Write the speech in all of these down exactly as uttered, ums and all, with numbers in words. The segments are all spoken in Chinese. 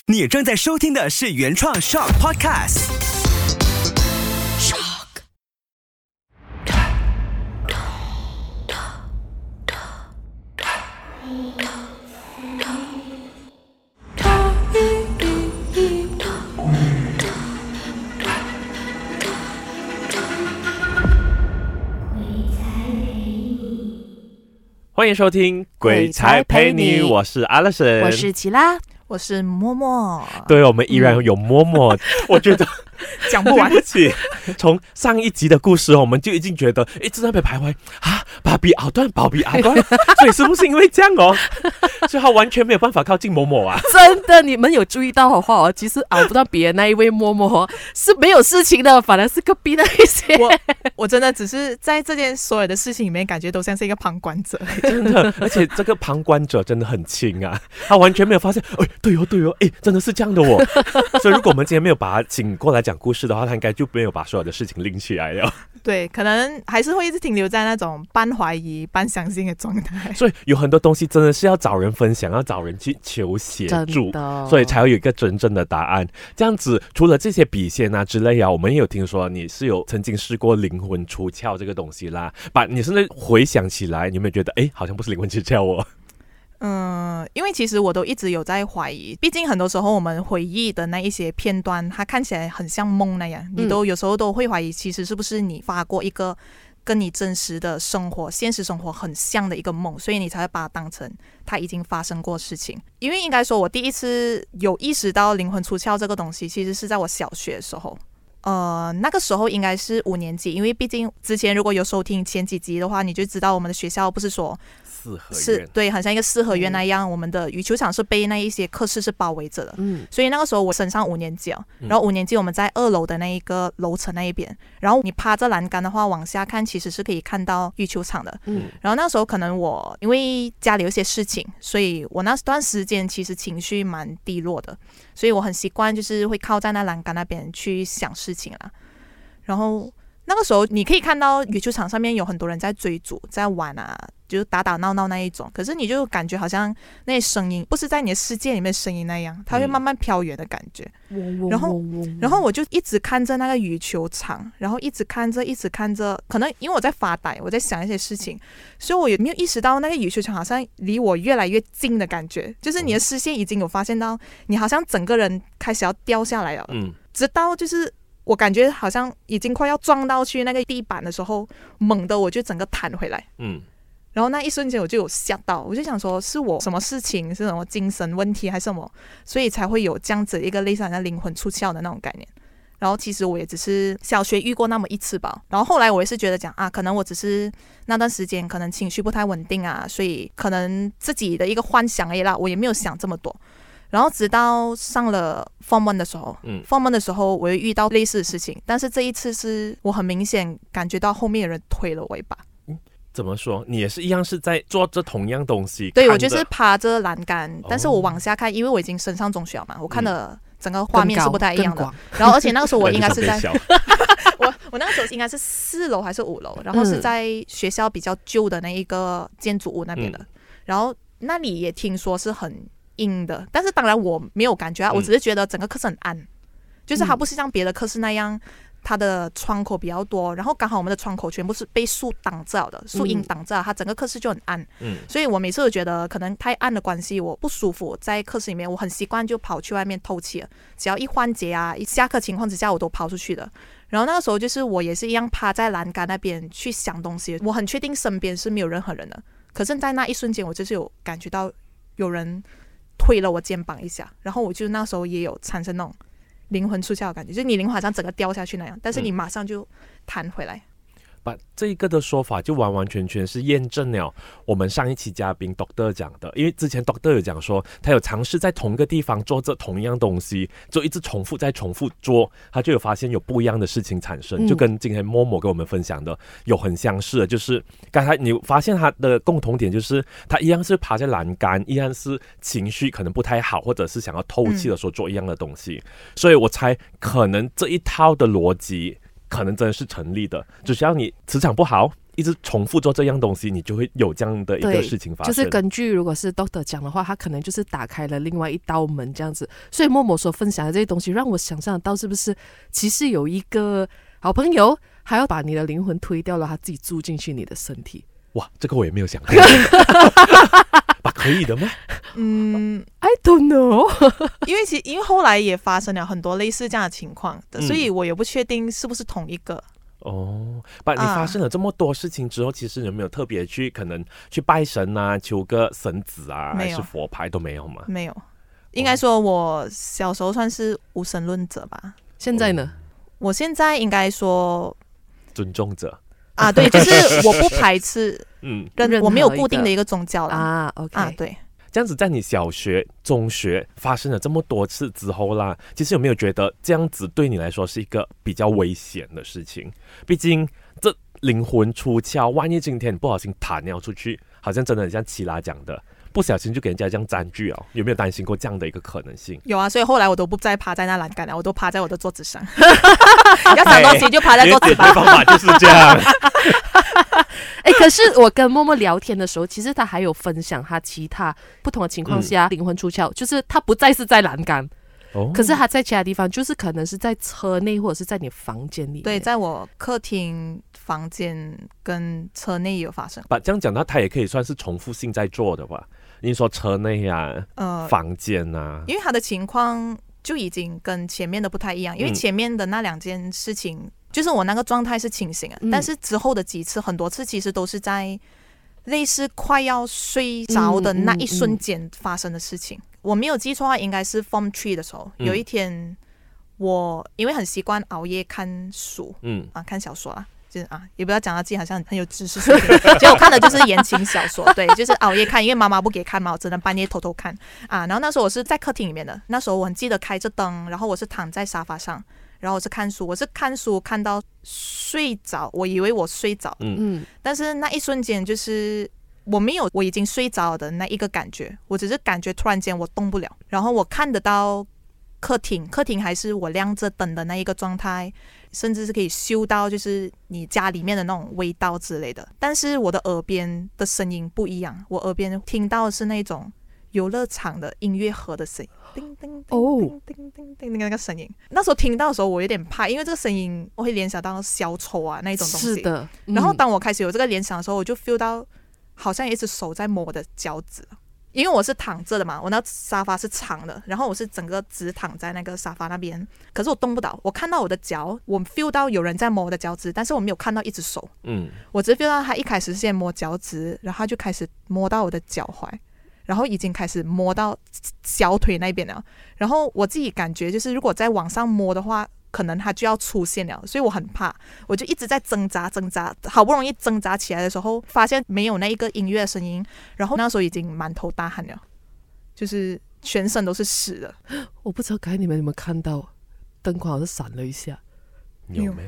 你正在收听的是原创 Shock Podcast。Shock。 欢迎收听《鬼才陪你》，我是 Alison， 我是齐拉， 我是默默。 对，我们依然有默默，嗯、我觉得讲不完。 对不起，从上一集的故事，我们就已经觉得一直在那边徘徊啊，把笔咬断，把笔咬断，所以是不是因为这样哦？所以他完全没有办法靠近默默啊！ 真的，你们有注意到的话哦，其实熬不到别的那一位默默哦是没有事情的，反而是隔壁那一些。 我我真的只是在这件所有的事情里面，感觉都像是一个旁观者。 真的，而且这个旁观者真的很轻啊，他完全没有发现，哎，对哦对哦，哎，真的是这样的哦。所以如果我们今天没有把他请过来讲故事的话，他应该就没有把所有的事情拎起来了。 对，可能还是会一直停留在那种半怀疑、半相信的状态。 所以有很多东西真的是要找人分享，要找人去求协助，所以才会有一个真正的答案。这样子，除了这些笔仙啊之类啊，我们也有听说你是有曾经试过灵魂出窍这个东西啦。把你现在回想起来，你有没有觉得，哎，好像不是灵魂出窍哦？ 嗯，因为其实我都一直有在怀疑，毕竟很多时候我们回忆的那一些片段，它看起来很像梦那样，你都有时候都会怀疑，其实是不是你发过一个跟你真实的生活、现实生活很像的一个梦，所以你才会把它当成它已经发生过事情。因为应该说，我第一次有意识到灵魂出窍这个东西，其实是在我小学的时候。呃，那个时候应该是五年级，因为毕竟之前如果有收听前几集的话，你就知道我们的学校不是说四合院是对，很像一个四合院那样，嗯、我们的羽球场是被那一些课室是包围着的。嗯，所以那个时候我升上五年级了，然后五年级我们在二楼的那一个楼层那一边，然后你趴着栏杆的话往下看，其实是可以看到羽球场的。嗯，然后那时候可能我因为家里有些事情，所以我那段时间其实情绪蛮低落的，所以我很习惯就是会靠在那栏杆那边去想事情啦。然后那个时候你可以看到羽球场上面有很多人在追逐在玩啊，就是打打闹闹那一种，可是你就感觉好像那些声音不是在你的世界里面声音那样，它会慢慢飘远的感觉。嗯、然后然后我就一直看着那个羽球场，然后一直看着一直看着，可能因为我在发呆，我在想一些事情，所以我也没有意识到那个羽球场好像离我越来越近的感觉，就是你的视线已经有发现到你好像整个人开始要掉下来了。嗯，直到就是我感觉好像已经快要撞到去那个地板的时候，猛的我就整个弹回来。嗯，然后那一瞬间我就有吓到，我就想说是我什么事情，是什么精神问题还是什么，所以才会有这样子一个类似好像灵魂出窍的那种概念。然后其实我也只是小学遇过那么一次吧，然后后来我也是觉得讲啊，可能我只是那段时间可能情绪不太稳定啊，所以可能自己的一个幻想而已啦，我也没有想这么多。然后直到上了 Form One 的时候，嗯 ，Form One 的时候我又遇到类似的事情，但是这一次是我很明显感觉到后面的人推了我一把。 嗯，怎么说？你也是一样是在做着同样东西？ 对，我就是趴着栏杆，哦、但是我往下看，因为我已经升上中学了嘛，我看的整个画面是不太一样的。然后而且那个时候我应该是在我我那个时候应该是四楼还是五楼，然后是在学校比较旧的那一个建筑物那边的，嗯、然后那里也听说是很阴的，但是当然我没有感觉啊，我只是觉得整个课室很暗，嗯、就是它不是像别的课室那样，它的窗口比较多，然后刚好我们的窗口全部是被树挡着的，树荫挡着，它整个课室就很暗。嗯，所以我每次都觉得可能太暗的关系，我不舒服，在课室里面，我很习惯就跑去外面透气了。只要一换节啊，一下课情况之下，我都跑出去的。然后那个时候就是我也是一样趴在栏杆那边去想东西，我很确定身边是没有任何人的，可是在那一瞬间，我就是有感觉到有人推了我肩膀一下，然后我就那时候也有产生那种灵魂出窍的感觉，就是你灵魂好像整个掉下去那样，但是你马上就弹回来。 把这一个的说法就完完全全是验证了我们上一期嘉宾 Doctor 讲的，因为之前 Doctor 有讲说他有尝试在同一个地方做着同样东西，就一直重复再重复做，他就有发现有不一样的事情产生，嗯、就跟今天默默跟我们分享的有很相似的，就是刚才你发现他的共同点就是他一样是趴在栏杆，一样是情绪可能不太好，或者是想要透气的时候做一样的东西，嗯、所以我猜可能这一套的逻辑可能真的是成立的，只需要你磁场不好， 一直重复做这样东西，你就会有这样的一个事情发生。 就是根据如果是 Doctor 讲的话，他可能就是打开了另外一道门这样子。所以默默所分享的这些东西，让我想象到是不是其实有一个好朋友，还要把你的灵魂推掉了，他自己住进去你的身体。 哇，这个我也没有想过。把可以的吗？ 嗯 I don't know 因为其因为后来也发生了很多类似这样的情况的， 嗯所以我也不确定是不是同一个。 哦，把你发生了这么多事情之后，其实有没有特别去可能去拜神啊，求个神子啊，还没有是佛牌都没有吗？ 没有，应该说我小时候算是无神论者吧。 现在呢？ 我现在应该说尊重者， 啊，对，就是我不排斥嗯， 任何跟我没有固定的一个宗教啦。 啊 OK 啊，对， 这样子在你小学、中学发生了这么多次之后啦，其实有没有觉得这样子对你来说是一个比较危险的事情？毕竟这灵魂出窍，万一今天你不小心弹尿出去，好像真的很像齐拉讲的，不小心就给人家这样占据哦，有没有担心过这样的一个可能性？ 有啊，所以后来我都不再趴在那栏杆了，我都趴在我的桌子上。要想东西就趴在桌子解决方吧。 法就是这样。 哎、可是我跟默默聊天的时候，其实他还有分享他其他不同的情况下、灵魂出窍，就是他不再是在栏杆， 哦可是他在其他地方，就是可能是在车内或者是在你房间里面。 对，在我客厅、房间跟车内有发生。 把这样讲，那他也可以算是重复性在做的吧？你说车内啊、 呃， 房间啊， 因为他的情况就已经跟前面的不太一样，因为前面的那两件事情，就是我那个状态是清醒的、 嗯、 但是之后的几次，很多次其实都是在类似快要睡着的那一瞬间发生的事情。嗯嗯嗯、我没有记错的话，应该是 Form Three 的时候， 嗯、 有一天我因为很习惯熬夜看书，嗯啊，看小说啊。就是啊，也不要讲到自己好像很有知识水平，其实我看的就是言情小说，对，就是熬夜看，因为妈妈不给看嘛，我只能半夜偷偷看啊。然后那时候我是在客厅里面的，那时候我很记得开着灯，然后我是躺在沙发上，然后我是看书，我是看书看到睡着，我以为我睡着，嗯，但是那一瞬间就是我没有我已经睡着的那一个感觉，我只是感觉突然间我动不了，然后我看得到客厅，客厅还是我亮着灯的那一个状态。甚至是可以嗅到就是你家里面的那种味道之类的，但是我的耳边的声音不一样，我耳边听到的是那种游乐场的音乐盒的声音，叮叮叮叮叮叮那个声音。那时候听到的时候我有点怕，因为这个声音我会联想到小丑啊那种东西。 是的、 嗯。然后当我开始有这个联想的时候，我就 feel 到好像有一只手在摸我的脚趾。因为我是躺着的嘛，我那沙发是长的，然后我是整个直躺在那个沙发那边，可是我动不到，我看到我的脚，我 feel 到有人在摸我的脚趾，但是我没有看到一只手，嗯，我只 feel 到他一开始先摸脚趾，然后他就开始摸到我的脚踝，然后已经开始摸到小腿那边了，然后我自己感觉就是如果再往上摸的话，可能它就要出现了，所以我很怕，我就一直在挣扎挣扎，好不容易挣扎起来的时候，发现没有那一个音乐的声音，然后那时候已经满头大汗了，就是全身都是湿的。 我不知道刚才你们有没有看到灯光好像闪了一下， 有没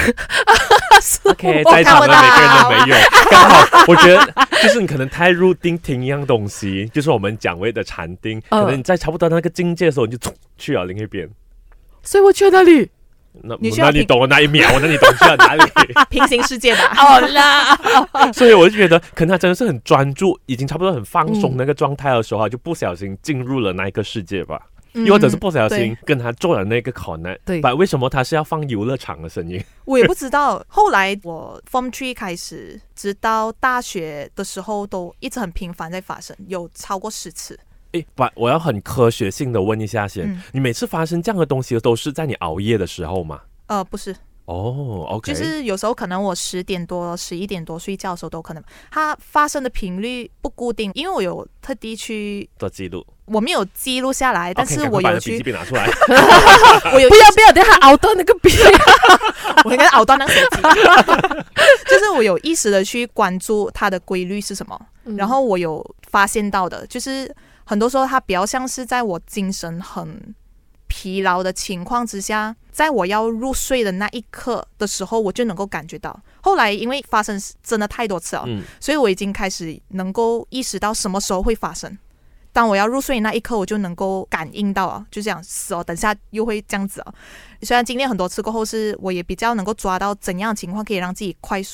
？OK， 在场的每个人都没有，刚好我觉得就是你可能太入定听一样东西，就是我们讲谓的禅定，可能你在差不多那个境界的时候，你就去了另一边。 所以我去了哪里？ 那你那你懂了那一秒，那你懂去了哪里？ 平行世界吧。 好啦， 所以我就觉得，可能他真的是很专注，已经差不多很放松那个状态的时候，就不小心进入了那一个世界吧。又或者是不小心跟他做了那个 connect， 对，为什么他是要放游乐场的声音？ 我也不知道。后来我 Form Three 开始，直到大学的时候，都一直很频繁在发生，有超过十次。 诶，把我要很科学性的问一下先，嗯、你每次发生这样的东西都是在你熬夜的时候吗？ 呃，不是。 哦 ，OK， 就是有时候可能我十点多、十一点多睡觉的时候都可能，它发生的频率不固定，因为我有特地去做记录， 我没有记录下来，但是我有去。 笔记本拿出来。 我有不要不要，等下熬断那个笔， 我应该熬断那个手机。就是我有意识的去关注它的规律是什么，嗯、然后我有发现到的，就是很多时候它比较像是在我精神很疲劳的情况之下，在我要入睡的那一刻的时候，我就能够感觉到。后来因为发生真的太多次了，嗯、所以我已经开始能够意识到什么时候会发生。当我要入睡那一刻，我就能够感应到啊，就这样死哦，等下又会这样子啊。虽然经历很多次过后，是我也比较能够抓到怎样的情况可以让自己快速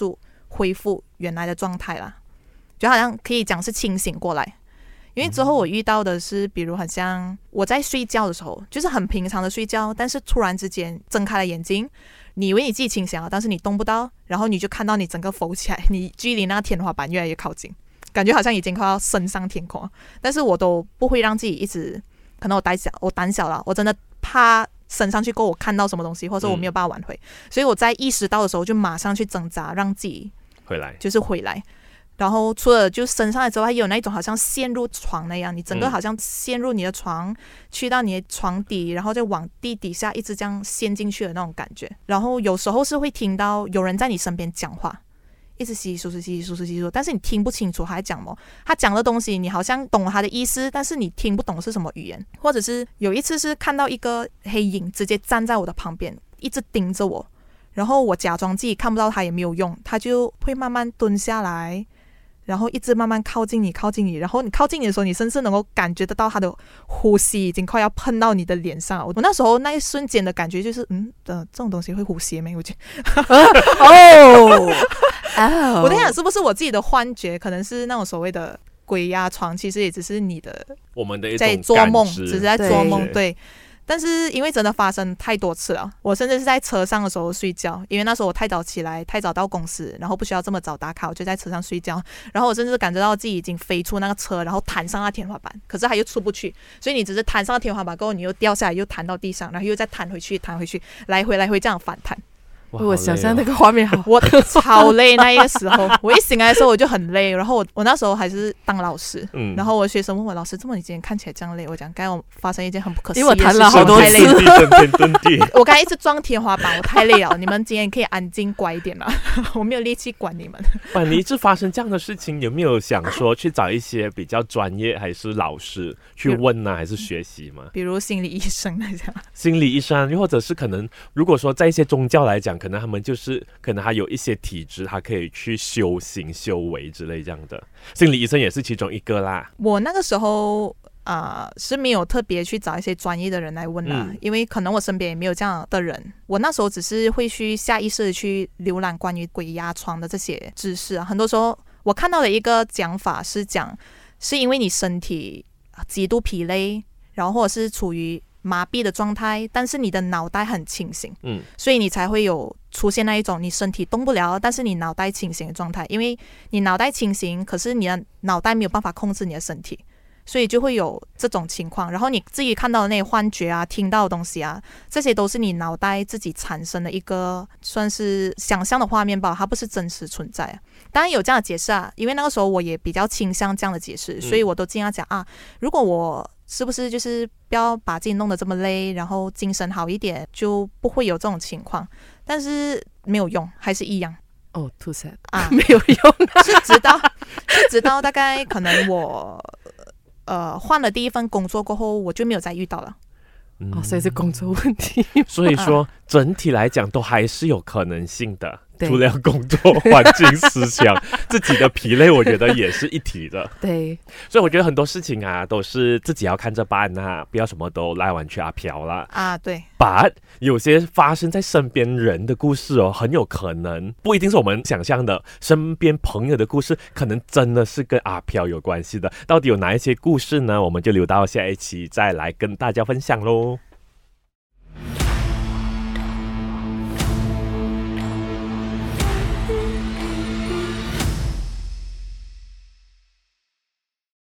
恢复原来的状态啦，就好像可以讲是清醒过来。因为之后我遇到的是，比如很像我在睡觉的时候，就是很平常的睡觉，但是突然之间睁开了眼睛，你以为你自己清醒了，但是你动不到，然后你就看到你整个浮起来，你距离那个天花板越来越靠近，感觉好像已经快要升上天空了。但是我都不会让自己一直，可能我胆小，我胆小了，我真的怕升上去过后我看到什么东西，或者我没有办法挽回，嗯、所以我在意识到的时候就马上去挣扎，让自己回来， 就是回来。然后除了就升上来之后，还有那种好像陷入床那样，你整个好像陷入你的床，嗯、去到你的床底，然后再往地底下一直这样陷进去的那种感觉。然后有时候是会听到有人在你身边讲话，一直稀稀疏疏、稀稀疏疏、稀稀疏疏，但是你听不清楚他在讲什么。他讲的东西你好像懂他的意思，但是你听不懂是什么语言。或者是有一次是看到一个黑影直接站在我的旁边，一直盯着我，然后我假装自己看不到他也没有用，他就会慢慢蹲下来。然后一直慢慢靠近你，靠近你，然后你靠近你的时候，你甚至能够感觉得到他的呼吸已经快要碰到你的脸上了。我那时候那一瞬间的感觉就是，嗯，呃，这种东西会呼吸没？我觉得，哦，我在想是不是我自己的幻觉，可能是那种所谓的鬼压床，其实也只是你的我们的一种在做梦，只是在做梦， 对。 对但是因为真的发生太多次了，我甚至是在车上的时候睡觉，因为那时候我太早起来，太早到公司，然后不需要这么早打卡，我就在车上睡觉。然后我甚至感觉到自己已经飞出那个车，然后弹上那天花板，可是它又出不去，所以你只是弹上天花板过后，你又掉下来，又弹到地上，然后又再弹回去，弹回去，来回来回这样反弹。 我想象那个画面好， 我超累那一个时候，我一醒来的时候我就很累，然后我我那时候还是当老师，嗯、然后我的学生问我老师，怎么你今天看起来这样累？我讲刚才我发生一件很不可思议的事情， 因为我弹了好多次， 我刚才一直撞天花板，我太累了，你们今天可以安静乖一点吗？我没有力气管你们。 哇，你一直发生这样的事情，有没有想说去找一些比较专业还是老师去问呢、啊，还是学习吗？ 比如心理医生那样， 心理医生，又或者是可能如果说在一些宗教来讲，可能他们就是可能还有一些体质，他可以去修行、修为之类这样的。心理医生也是其中一个啦。 我那个时候啊、呃、是没有特别去找一些专业的人来问啦、嗯，因为可能我身边也没有这样的人。我那时候只是会去下意识的去浏览关于鬼压床的这些知识啊。很多时候我看到的一个讲法是讲，是因为你身体极度疲累，然后或者是处于麻痹的状态，但是你的脑袋很清醒，嗯，所以你才会有出现那一种你身体动不了，但是你脑袋清醒的状态。因为你脑袋清醒，可是你的脑袋没有办法控制你的身体，所以就会有这种情况。然后你自己看到的那些幻觉啊，听到的东西啊，这些都是你脑袋自己产生的一个算是想象的画面吧，它不是真实存在啊。当然有这样的解释啊，因为那个时候我也比较倾向这样的解释，所以我都尽量讲啊，如果我是不是就是不要把自己弄得这么累，然后精神好一点，就不会有这种情况。但是没有用，还是一样。 哦、oh, ，too sad 啊， 没有用、啊， 是直到是直到大概可能我呃换了第一份工作过后，我就没有再遇到了。 嗯、哦，所以是工作问题。 所以说整体来讲都还是有可能性的。除了工作环境、思想，自己的疲累，我觉得也是一体的。 对， 所以我觉得很多事情啊，都是自己要看着办啊，不要什么都赖完去阿飘啦。 啊，对。 But 有些发生在身边人的故事哦，很有可能不一定是我们想象的，身边朋友的故事，可能真的是跟阿飘有关系的。到底有哪一些故事呢？我们就留到下一期再来跟大家分享咯。